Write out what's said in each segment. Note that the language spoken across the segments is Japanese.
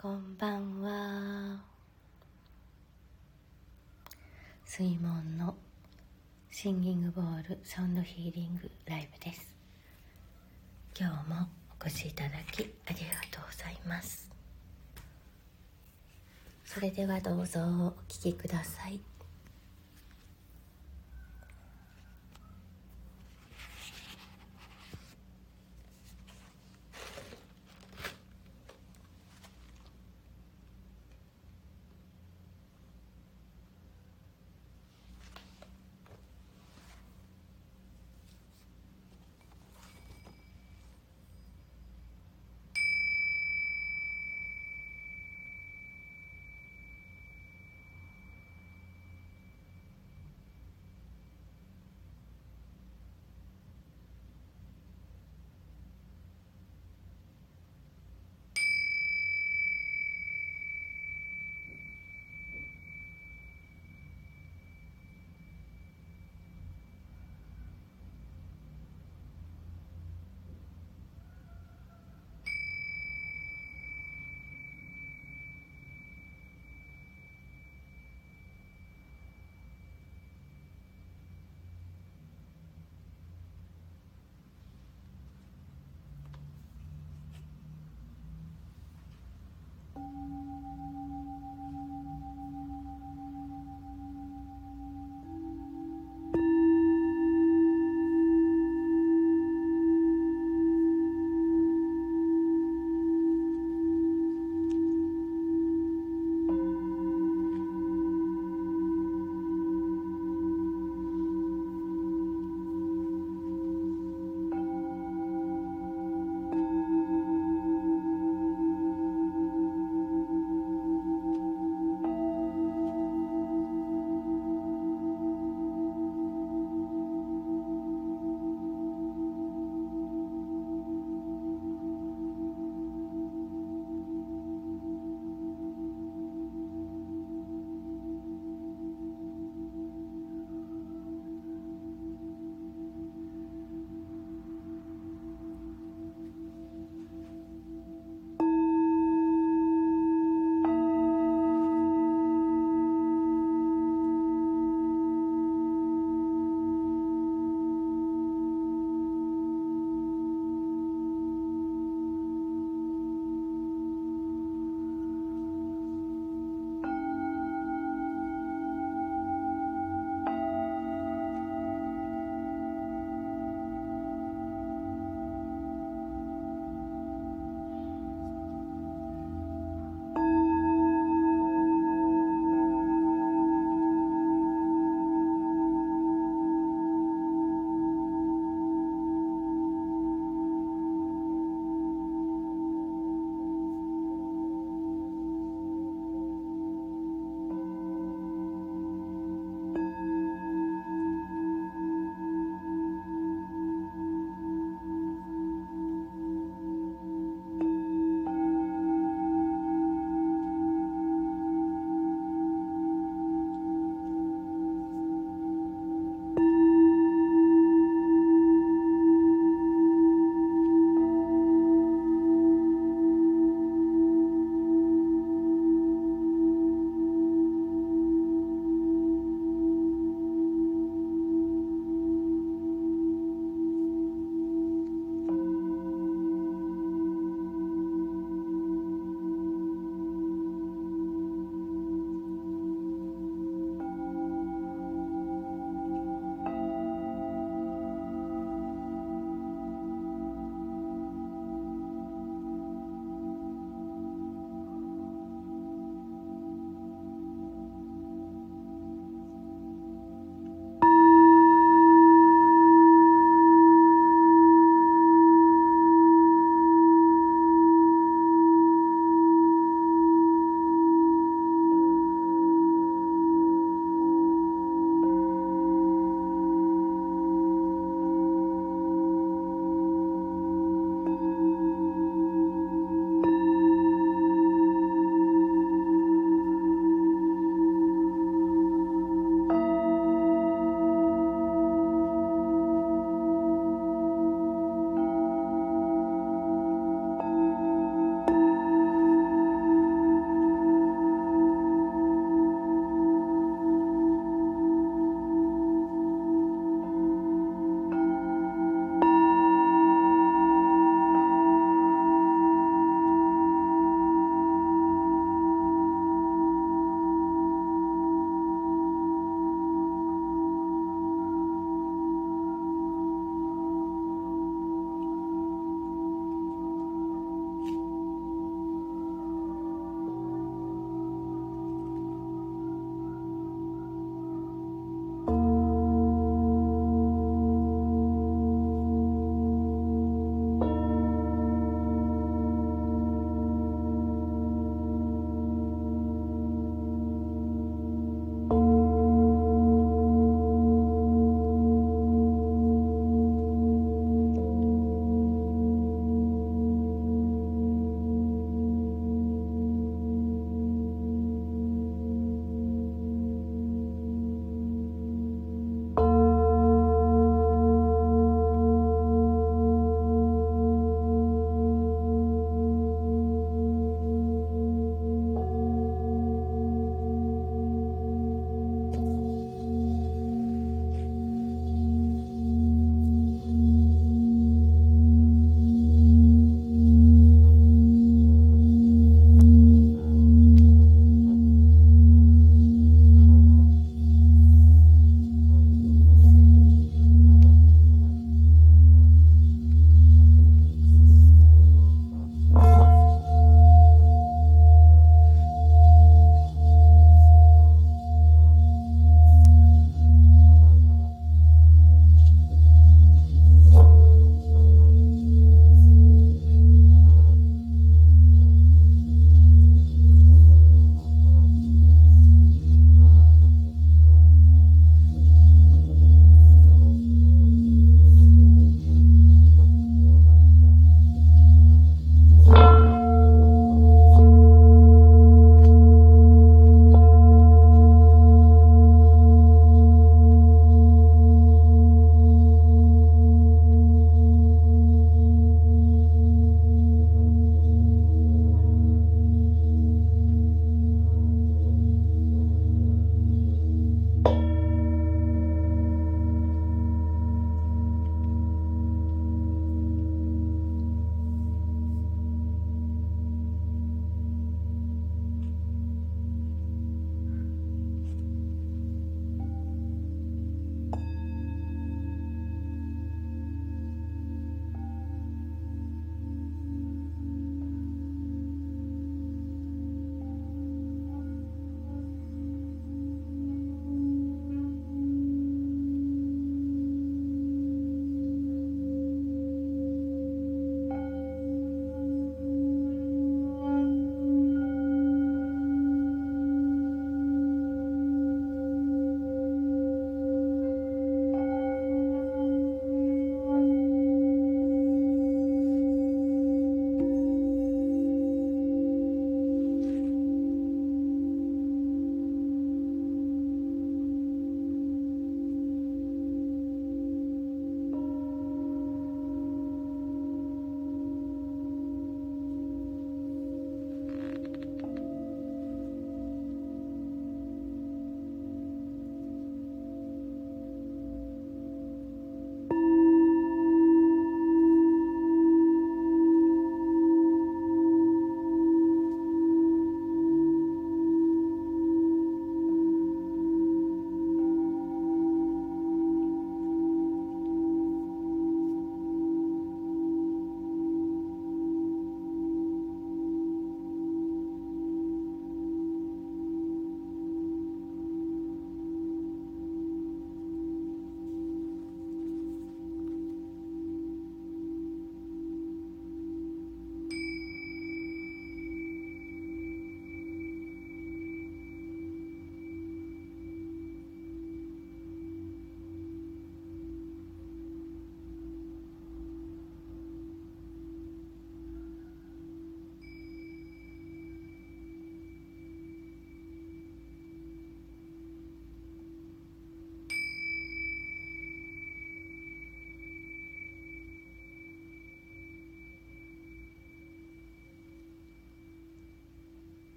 こんばんは。水門のシンギングボールサウンドヒーリングライブです。今日もお越しいただきありがとうございます。それではどうぞお聞きください。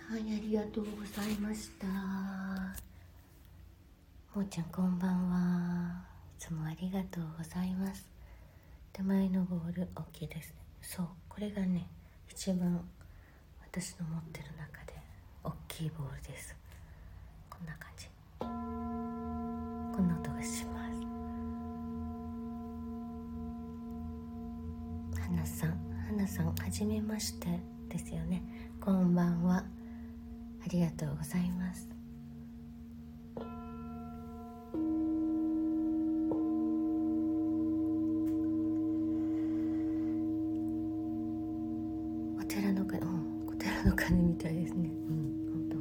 はい、ありがとうございました。もーちゃんこんばんは。いつもありがとうございます。手前のボール大きいですね。そう、これがね一番私の持ってる中で大きいボールです。こんな感じ、こんな音がします。花さんはじめましてですよね。こんばんは、ありがとうございます。お寺の鐘みたいですね。ほんと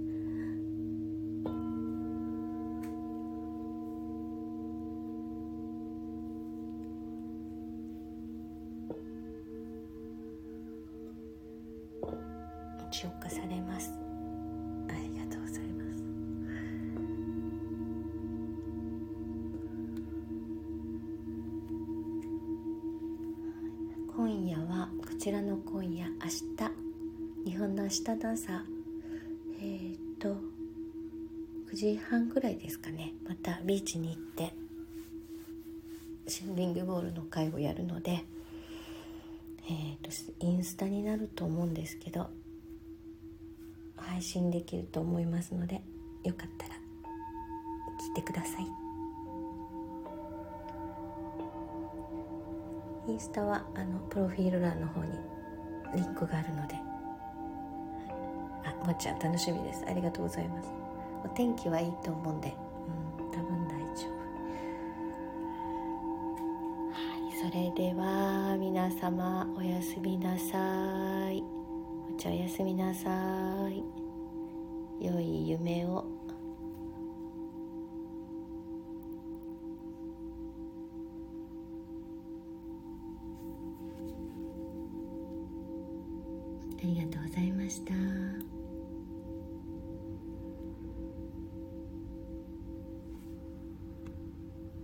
消化されます。ありがとうございます。今夜はこちらの今夜、明日、日本の明日の朝9時半くらいですかね、またビーチに行ってシンギングボールの会をやるので、インスタになると思うんですけど配信できると思いますので、よかったら聞いてください。インスタはプロフィール欄の方にリンクがあるので、もっちゃん楽しみです。ありがとうございます。お天気はいいと思うんで、多分大丈夫。はい、それでは皆様おやすみなさい。もっちゃんおやすみなさい。良い夢を。ありがとうございました。